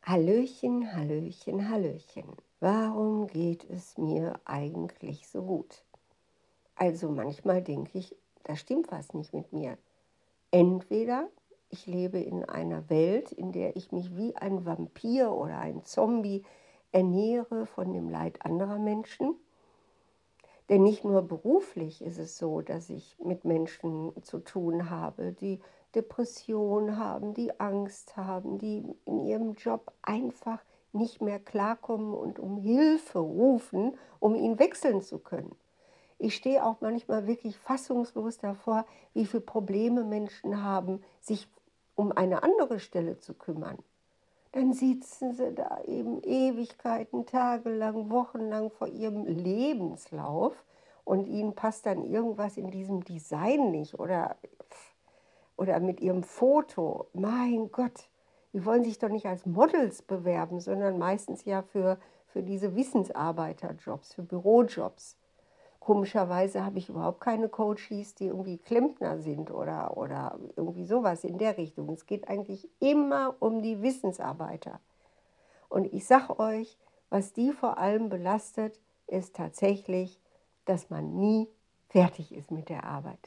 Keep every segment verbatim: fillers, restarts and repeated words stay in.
Hallöchen, Hallöchen, Hallöchen. Warum geht es mir eigentlich so gut? Also manchmal denke ich, da stimmt was nicht mit mir. Entweder ich lebe in einer Welt, in der ich mich wie ein Vampir oder ein Zombie ernähre von dem Leid anderer Menschen. Denn nicht nur beruflich ist es so, dass ich mit Menschen zu tun habe, die Depression haben, die Angst haben, die in ihrem Job einfach nicht mehr klarkommen und um Hilfe rufen, um ihn wechseln zu können. Ich stehe auch manchmal wirklich fassungslos davor, wie viele Probleme Menschen haben, sich um eine andere Stelle zu kümmern. Dann sitzen sie da eben Ewigkeiten, tagelang, wochenlang vor ihrem Lebenslauf und ihnen passt dann irgendwas in diesem Design nicht oder, oder mit ihrem Foto. Mein Gott, die wollen sich doch nicht als Models bewerben, sondern meistens ja für, für diese Wissensarbeiterjobs, für Bürojobs. Komischerweise habe ich überhaupt keine Coaches, die irgendwie Klempner sind oder, oder irgendwie sowas in der Richtung. Es geht eigentlich immer um die Wissensarbeiter. Und ich sage euch, was die vor allem belastet, ist tatsächlich, dass man nie fertig ist mit der Arbeit.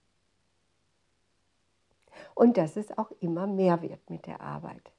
Und dass es auch immer mehr wird mit der Arbeit.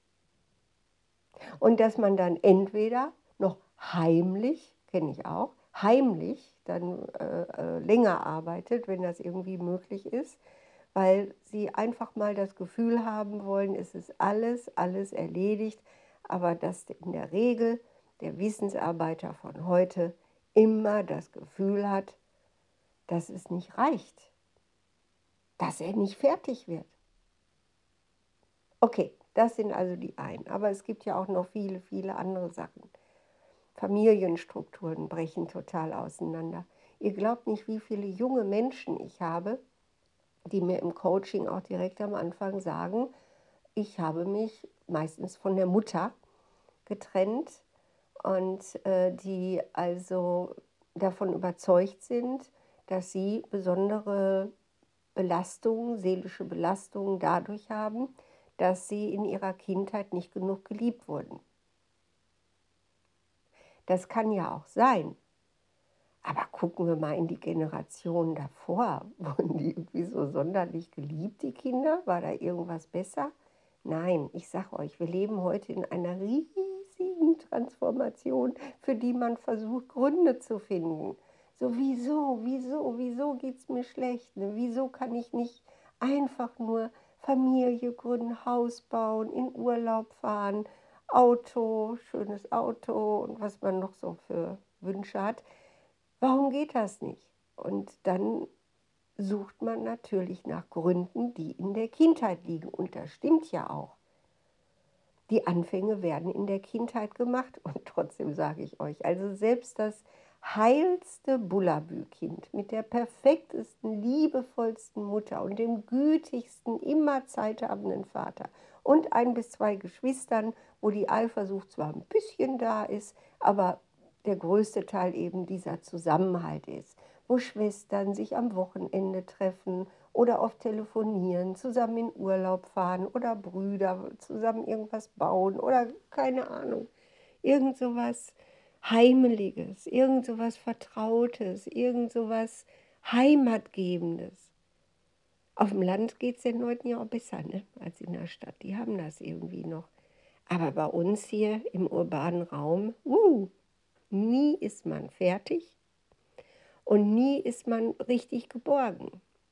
Und dass man dann entweder noch heimlich, kenne ich auch, heimlich dann äh, äh, länger arbeitet, wenn das irgendwie möglich ist, weil sie einfach mal das Gefühl haben wollen, es ist alles, alles erledigt, aber dass in der Regel der Wissensarbeiter von heute immer das Gefühl hat, dass es nicht reicht, dass er nicht fertig wird. Okay, das sind also die einen, aber es gibt ja auch noch viele, viele andere Sachen. Familienstrukturen brechen total auseinander. Ihr glaubt nicht, wie viele junge Menschen ich habe, die mir im Coaching auch direkt am Anfang sagen, ich habe mich meistens von der Mutter getrennt und äh, die also davon überzeugt sind, dass sie besondere Belastungen, seelische Belastungen dadurch haben, dass sie in ihrer Kindheit nicht genug geliebt wurden. Das kann ja auch sein. Aber gucken wir mal in die Generation davor. Wurden die irgendwie so sonderlich geliebt, die Kinder? War da irgendwas besser? Nein, ich sage euch, wir leben heute in einer riesigen Transformation, für die man versucht, Gründe zu finden. So, wieso, wieso, wieso geht es mir schlecht? Ne? Wieso kann ich nicht einfach nur Familie gründen, Haus bauen, in Urlaub fahren, Auto, schönes Auto und was man noch so für Wünsche hat? Warum geht das nicht? Und dann sucht man natürlich nach Gründen, die in der Kindheit liegen. Und das stimmt ja auch. Die Anfänge werden in der Kindheit gemacht. Und trotzdem sage ich euch, also selbst das heilste Bullabü-Kind mit der perfektesten, liebevollsten Mutter und dem gütigsten, immer zeithabenden Vater und ein bis zwei Geschwistern, wo die Eifersucht zwar ein bisschen da ist, aber der größte Teil eben dieser Zusammenhalt ist, wo Schwestern sich am Wochenende treffen oder oft telefonieren, zusammen in Urlaub fahren oder Brüder zusammen irgendwas bauen oder keine Ahnung, irgend sowas Heimeliges, irgend sowas Vertrautes, irgend sowas Heimatgebendes. Auf dem Land geht es den Leuten ja auch besser, ne, als in der Stadt. Die haben das irgendwie noch. Aber bei uns hier im urbanen Raum, uh, nie ist man fertig und nie ist man richtig geborgen.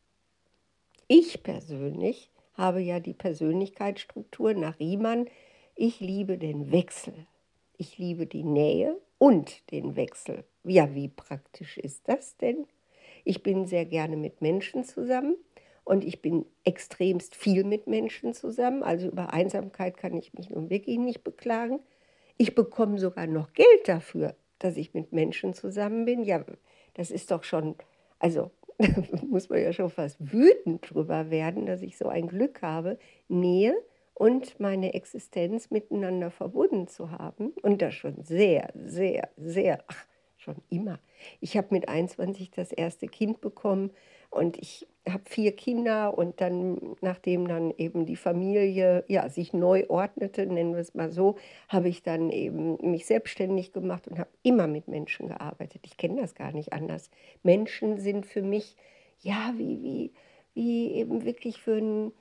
Ich persönlich habe ja die Persönlichkeitsstruktur nach Riemann. Ich liebe den Wechsel. Ich liebe die Nähe und den Wechsel. Ja, wie praktisch ist das denn? Ich bin sehr gerne mit Menschen zusammen und ich bin extremst viel mit Menschen zusammen. Also über Einsamkeit kann ich mich nun wirklich nicht beklagen. Ich bekomme sogar noch Geld dafür, dass ich mit Menschen zusammen bin. Ja, das ist doch schon, also da muss man ja schon fast wütend drüber werden, dass ich so ein Glück habe, Nähe und meine Existenz miteinander verbunden zu haben. Und das schon sehr, sehr, sehr, ach, schon immer. Ich habe mit einundzwanzig das erste Kind bekommen, Und ich habe vier Kinder und dann, nachdem dann eben die Familie, ja, sich neu ordnete, nennen wir es mal so, habe ich dann eben mich selbstständig gemacht und habe immer mit Menschen gearbeitet. Ich kenne das gar nicht anders. Menschen sind für mich, ja, wie wie wie eben wirklich für 'n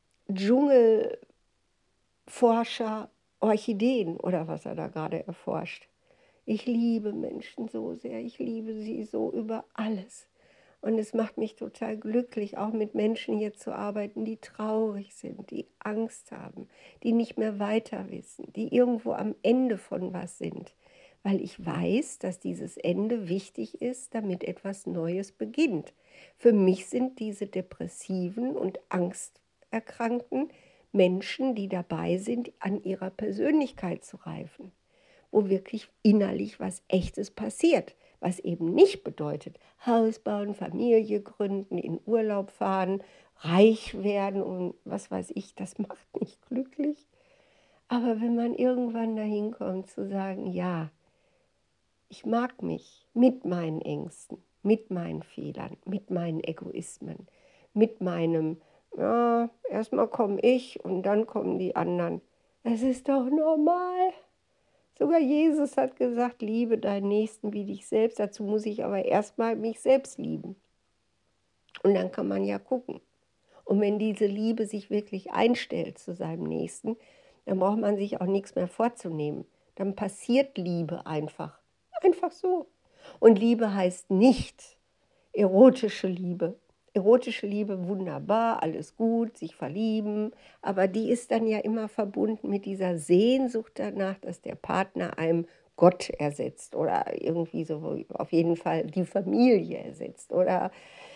Dschungelforscher Orchideen oder was er da gerade erforscht. Ich liebe Menschen so sehr, ich liebe sie so über alles. Und es macht mich total glücklich, auch mit Menschen hier zu arbeiten, die traurig sind, die Angst haben, die nicht mehr weiter wissen, die irgendwo am Ende von was sind. Weil ich weiß, dass dieses Ende wichtig ist, damit etwas Neues beginnt. Für mich sind diese depressiven und angsterkrankten Menschen, die dabei sind, an ihrer Persönlichkeit zu reifen, wo wirklich innerlich was Echtes passiert, was eben nicht bedeutet, Haus bauen, Familie gründen, in Urlaub fahren, reich werden und was weiß ich, das macht nicht glücklich. Aber wenn man irgendwann dahin kommt zu sagen, ja, ich mag mich mit meinen Ängsten, mit meinen Fehlern, mit meinen Egoismen, mit meinem, ja, erstmal komme ich und dann kommen die anderen. Es ist doch normal. Sogar Jesus hat gesagt, liebe deinen Nächsten wie dich selbst. Dazu muss ich aber erstmal mich selbst lieben. Und dann kann man ja gucken. Und wenn diese Liebe sich wirklich einstellt zu seinem Nächsten, dann braucht man sich auch nichts mehr vorzunehmen. Dann passiert Liebe einfach. Einfach so. Und Liebe heißt nicht erotische Liebe. Erotische Liebe, wunderbar, alles gut, sich verlieben, aber die ist dann ja immer verbunden mit dieser Sehnsucht danach, dass der Partner einem Gott ersetzt oder irgendwie so auf jeden Fall die Familie ersetzt oder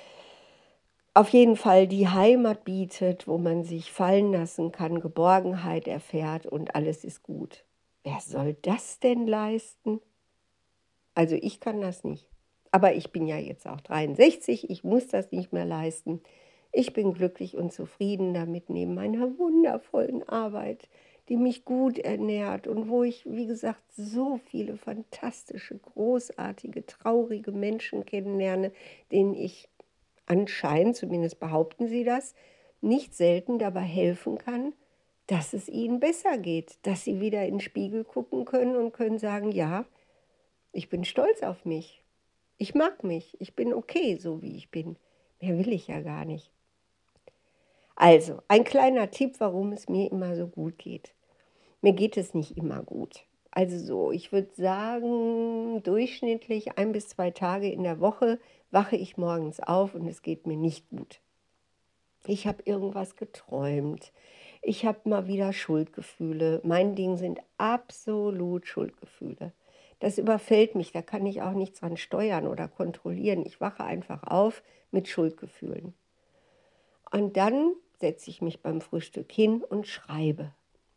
auf jeden Fall die Heimat bietet, wo man sich fallen lassen kann, Geborgenheit erfährt und alles ist gut. Wer soll das denn leisten? Also ich kann das nicht. Aber ich bin ja jetzt auch dreiundsechzig, ich muss das nicht mehr leisten. Ich bin glücklich und zufrieden damit neben meiner wundervollen Arbeit, die mich gut ernährt und wo ich, wie gesagt, so viele fantastische, großartige, traurige Menschen kennenlerne, denen ich anscheinend, zumindest behaupten sie das, nicht selten dabei helfen kann, dass es ihnen besser geht, dass sie wieder in den Spiegel gucken können und können sagen, ja, ich bin stolz auf mich. Ich mag mich. Ich bin okay, so wie ich bin. Mehr will ich ja gar nicht. Also, ein kleiner Tipp, warum es mir immer so gut geht. Mir geht es nicht immer gut. Also so, ich würde sagen, durchschnittlich ein bis zwei Tage in der Woche wache ich morgens auf und es geht mir nicht gut. Ich habe irgendwas geträumt. Ich habe mal wieder Schuldgefühle. Mein Ding sind absolut Schuldgefühle. Das überfällt mich, da kann ich auch nichts dran steuern oder kontrollieren. Ich wache einfach auf mit Schuldgefühlen. Und dann setze ich mich beim Frühstück hin und schreibe.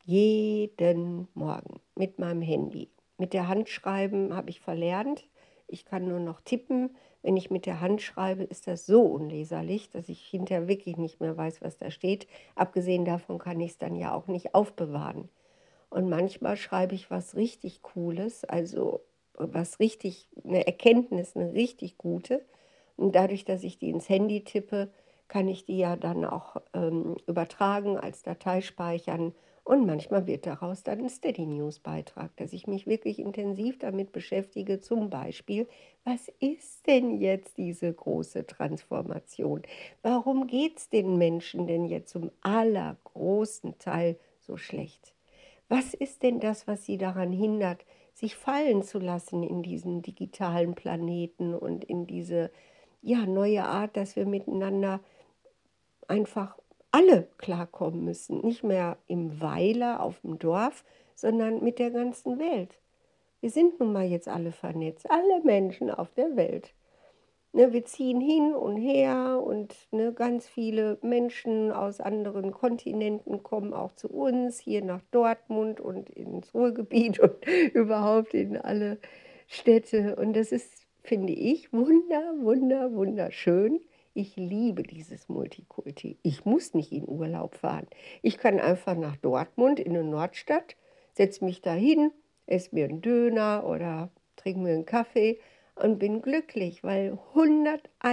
Jeden Morgen mit meinem Handy. Mit der Hand schreiben habe ich verlernt. Ich kann nur noch tippen. Wenn ich mit der Hand schreibe, ist das so unleserlich, dass ich hinterher wirklich nicht mehr weiß, was da steht. Abgesehen davon kann ich es dann ja auch nicht aufbewahren. Und manchmal schreibe ich was richtig Cooles, also was richtig, eine Erkenntnis, eine richtig gute. Und dadurch, dass ich die ins Handy tippe, kann ich die ja dann auch ähm, übertragen, als Datei speichern. Und manchmal wird daraus dann ein Steady News-Beitrag, dass ich mich wirklich intensiv damit beschäftige. Zum Beispiel, was ist denn jetzt diese große Transformation? Warum geht es den Menschen denn jetzt zum allergroßen Teil so schlecht? Was ist denn das, was sie daran hindert, sich fallen zu lassen in diesen digitalen Planeten und in diese, ja, neue Art, dass wir miteinander einfach alle klarkommen müssen? Nicht mehr im Weiler auf dem Dorf, sondern mit der ganzen Welt. Wir sind nun mal jetzt alle vernetzt, alle Menschen auf der Welt. Ne, wir ziehen hin und her und ne, ganz viele Menschen aus anderen Kontinenten kommen auch zu uns, hier nach Dortmund und ins Ruhrgebiet und überhaupt in alle Städte. Und das ist, finde ich, wunder, wunder, wunderschön. Ich liebe dieses Multikulti. Ich muss nicht in Urlaub fahren. Ich kann einfach nach Dortmund in eine Nordstadt, setze mich da hin, esse mir einen Döner oder trinke mir einen Kaffee und bin glücklich, weil hunderteins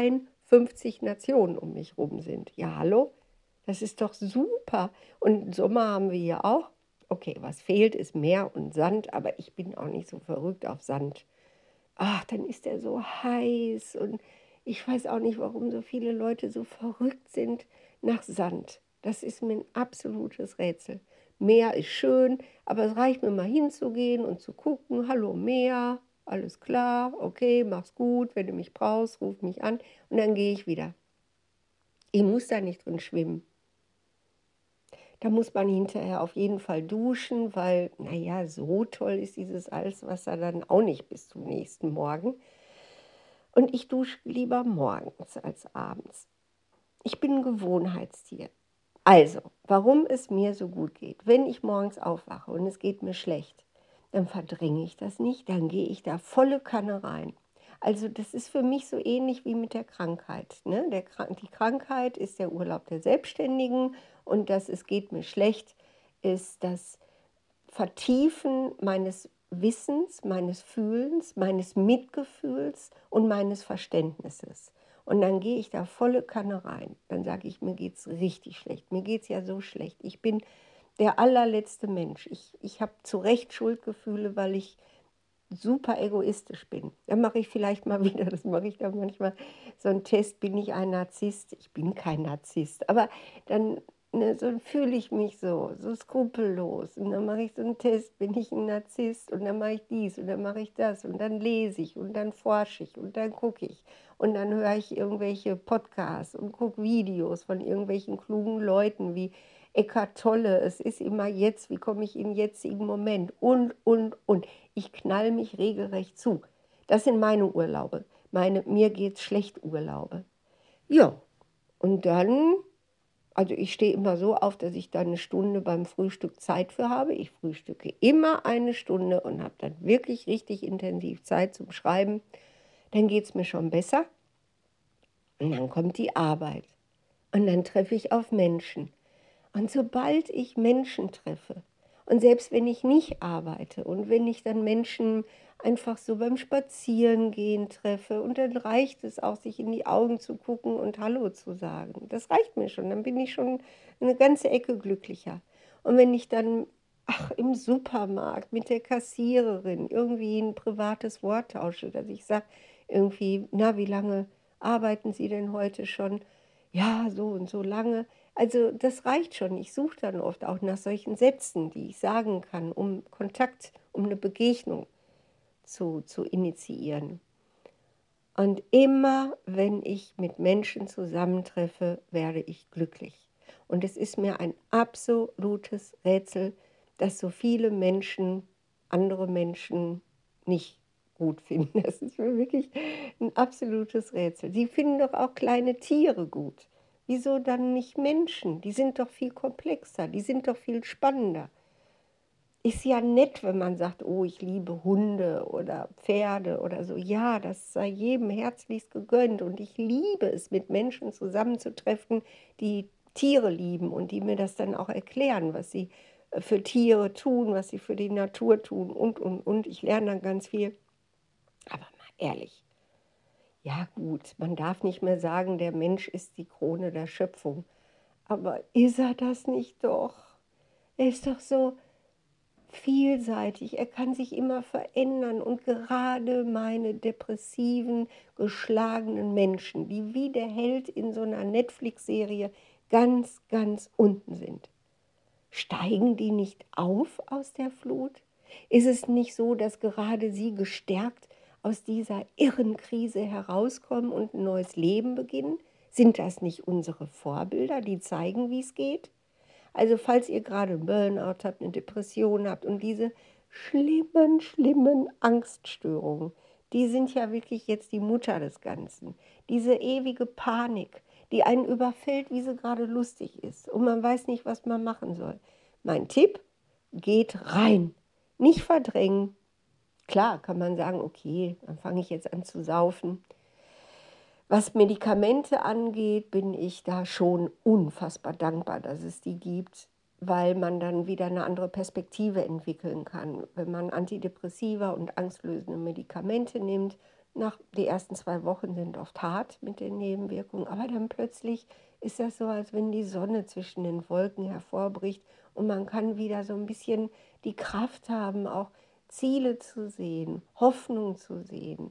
fünfzig Nationen um mich rum sind. Ja, hallo? Das ist doch super. Und Sommer haben wir hier auch. Okay, was fehlt, ist Meer und Sand, aber ich bin auch nicht so verrückt auf Sand. Ach, dann ist der so heiß und ich weiß auch nicht, warum so viele Leute so verrückt sind nach Sand. Das ist mir ein absolutes Rätsel. Meer ist schön, aber es reicht mir mal hinzugehen und zu gucken, hallo Meer, alles klar, okay, mach's gut, wenn du mich brauchst, ruf mich an und dann gehe ich wieder. Ich muss da nicht drin schwimmen. Da muss man hinterher auf jeden Fall duschen, weil, naja, so toll ist dieses Salzwasser dann auch nicht bis zum nächsten Morgen. Und ich dusche lieber morgens als abends. Ich bin ein Gewohnheitstier. Also, warum es mir so gut geht. Wenn ich morgens aufwache und es geht mir schlecht, dann verdränge ich das nicht, dann gehe ich da volle Kanne rein. Also das ist für mich so ähnlich wie mit der Krankheit. Ne? Der, die Krankheit ist der Urlaub der Selbstständigen und das es geht mir schlecht ist das Vertiefen meines Wissens, meines Fühlens, meines Mitgefühls und meines Verständnisses. Und dann gehe ich da volle Kanne rein. Dann sage ich, mir geht es richtig schlecht. Mir geht es ja so schlecht. Ich bin der allerletzte Mensch. Ich, ich habe zu Recht Schuldgefühle, weil ich super egoistisch bin. Dann mache ich vielleicht mal wieder, das mache ich dann manchmal, so einen Test, bin ich ein Narzisst? Ich bin kein Narzisst, aber dann, ne, so fühle ich mich so, so skrupellos. Und dann mache ich so einen Test, bin ich ein Narzisst? Und dann mache ich dies und dann mache ich das und dann lese ich und dann forsche ich und dann gucke ich. Und dann höre ich irgendwelche Podcasts und gucke Videos von irgendwelchen klugen Leuten wie Eckart Tolle, es ist immer jetzt, wie komme ich in den jetzigen Moment und, und, und. Ich knall mich regelrecht zu. Das sind meine Urlaube, meine mir geht's schlecht Urlaube. Ja, und dann, also ich stehe immer so auf, dass ich da eine Stunde beim Frühstück Zeit für habe. Ich frühstücke immer eine Stunde und habe dann wirklich richtig intensiv Zeit zum Schreiben. Dann geht es mir schon besser. Und dann kommt die Arbeit. Und dann treffe ich auf Menschen. Und sobald ich Menschen treffe, und selbst wenn ich nicht arbeite und wenn ich dann Menschen einfach so beim Spazierengehen treffe, und dann reicht es auch, sich in die Augen zu gucken und Hallo zu sagen. Das reicht mir schon, dann bin ich schon eine ganze Ecke glücklicher. Und wenn ich dann, ach, im Supermarkt mit der Kassiererin irgendwie ein privates Wort tausche, dass ich sage, irgendwie, na, wie lange arbeiten Sie denn heute schon? Ja, so und so lange. Also das reicht schon. Ich suche dann oft auch nach solchen Sätzen, die ich sagen kann, um Kontakt, um eine Begegnung zu, zu initiieren. Und immer, wenn ich mit Menschen zusammentreffe, werde ich glücklich. Und es ist mir ein absolutes Rätsel, dass so viele Menschen andere Menschen nicht gut finden. Das ist mir wirklich ein absolutes Rätsel. Sie finden doch auch kleine Tiere gut. Wieso dann nicht Menschen? Die sind doch viel komplexer, die sind doch viel spannender. Ist ja nett, wenn man sagt, oh, ich liebe Hunde oder Pferde oder so. Ja, das sei jedem herzlichst gegönnt. Und ich liebe es, mit Menschen zusammenzutreffen, die Tiere lieben und die mir das dann auch erklären, was sie äh, für Tiere tun, was sie für die Natur tun und, und, und. Ich lerne dann ganz viel. Aber mal ehrlich, ja gut, man darf nicht mehr sagen, der Mensch ist die Krone der Schöpfung. Aber ist er das nicht doch? Er ist doch so vielseitig, er kann sich immer verändern und gerade meine depressiven, geschlagenen Menschen, die wie der Held in so einer Netflix-Serie ganz, ganz unten sind, steigen die nicht auf aus der Flut? Ist es nicht so, dass gerade sie gestärkt aus dieser irren Krise herauskommen und ein neues Leben beginnen? Sind das nicht unsere Vorbilder, die zeigen, wie es geht? Also falls ihr gerade einen Burnout habt, eine Depression habt und diese schlimmen, schlimmen Angststörungen, die sind ja wirklich jetzt die Mutter des Ganzen. Diese ewige Panik, die einen überfällt, wie sie gerade lustig ist und man weiß nicht, was man machen soll. Mein Tipp, geht rein, nicht verdrängen. Klar kann man sagen, okay, dann fange ich jetzt an zu saufen. Was Medikamente angeht, bin ich da schon unfassbar dankbar, dass es die gibt, weil man dann wieder eine andere Perspektive entwickeln kann. Wenn man Antidepressiva und angstlösende Medikamente nimmt, Nach, die ersten zwei Wochen sind oft hart mit den Nebenwirkungen, aber dann plötzlich ist das so, als wenn die Sonne zwischen den Wolken hervorbricht und man kann wieder so ein bisschen die Kraft haben, auch Ziele zu sehen, Hoffnung zu sehen,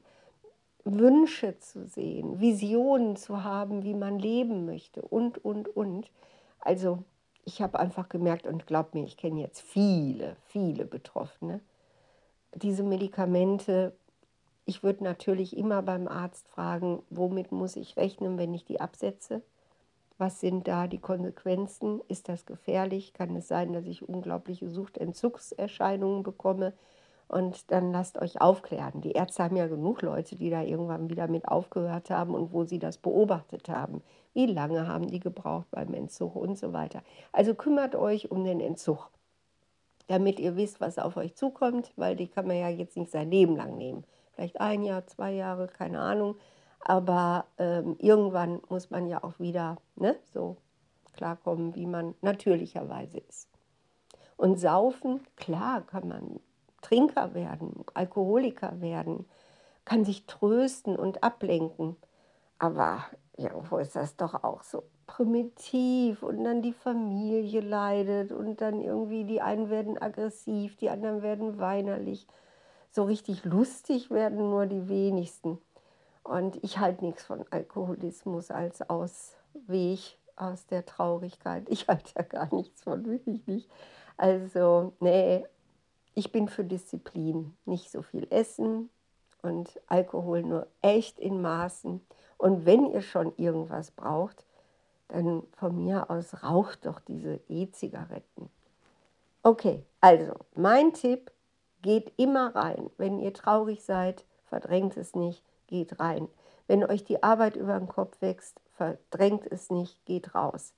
Wünsche zu sehen, Visionen zu haben, wie man leben möchte und, und, und. Also ich habe einfach gemerkt und glaub mir, ich kenne jetzt viele, viele Betroffene. Diese Medikamente, ich würde natürlich immer beim Arzt fragen, womit muss ich rechnen, wenn ich die absetze? Was sind da die Konsequenzen? Ist das gefährlich? Kann es sein, dass ich unglaubliche Suchtentzugserscheinungen bekomme? Und dann lasst euch aufklären. Die Ärzte haben ja genug Leute, die da irgendwann wieder mit aufgehört haben und wo sie das beobachtet haben. Wie lange haben die gebraucht beim Entzug und so weiter. Also kümmert euch um den Entzug, damit ihr wisst, was auf euch zukommt, weil die kann man ja jetzt nicht sein Leben lang nehmen. Vielleicht ein Jahr, zwei Jahre, keine Ahnung. Aber ähm, irgendwann muss man ja auch wieder, ne, so klarkommen, wie man natürlicherweise ist. Und saufen, klar, kann man Trinker werden, Alkoholiker werden, kann sich trösten und ablenken. Aber irgendwo ist das doch auch so primitiv und dann die Familie leidet und dann irgendwie die einen werden aggressiv, die anderen werden weinerlich. So richtig lustig werden nur die wenigsten. Und ich halte nichts von Alkoholismus als Ausweg aus der Traurigkeit. Ich halte da gar nichts von, wirklich nicht. Also, nee, ich bin für Disziplin. Nicht so viel essen und Alkohol nur echt in Maßen. Und wenn ihr schon irgendwas braucht, dann von mir aus raucht doch diese E-Zigaretten. Okay, also mein Tipp, geht immer rein. Wenn ihr traurig seid, verdrängt es nicht, geht rein. Wenn euch die Arbeit über den Kopf wächst, verdrängt es nicht, geht raus.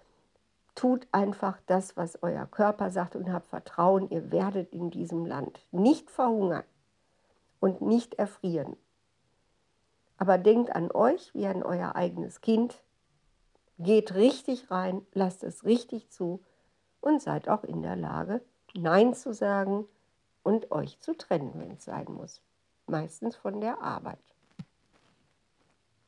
Tut einfach das, was euer Körper sagt und habt Vertrauen, ihr werdet in diesem Land nicht verhungern und nicht erfrieren. Aber denkt an euch wie an euer eigenes Kind, geht richtig rein, lasst es richtig zu und seid auch in der Lage, Nein zu sagen und euch zu trennen, wenn es sein muss. Meistens von der Arbeit.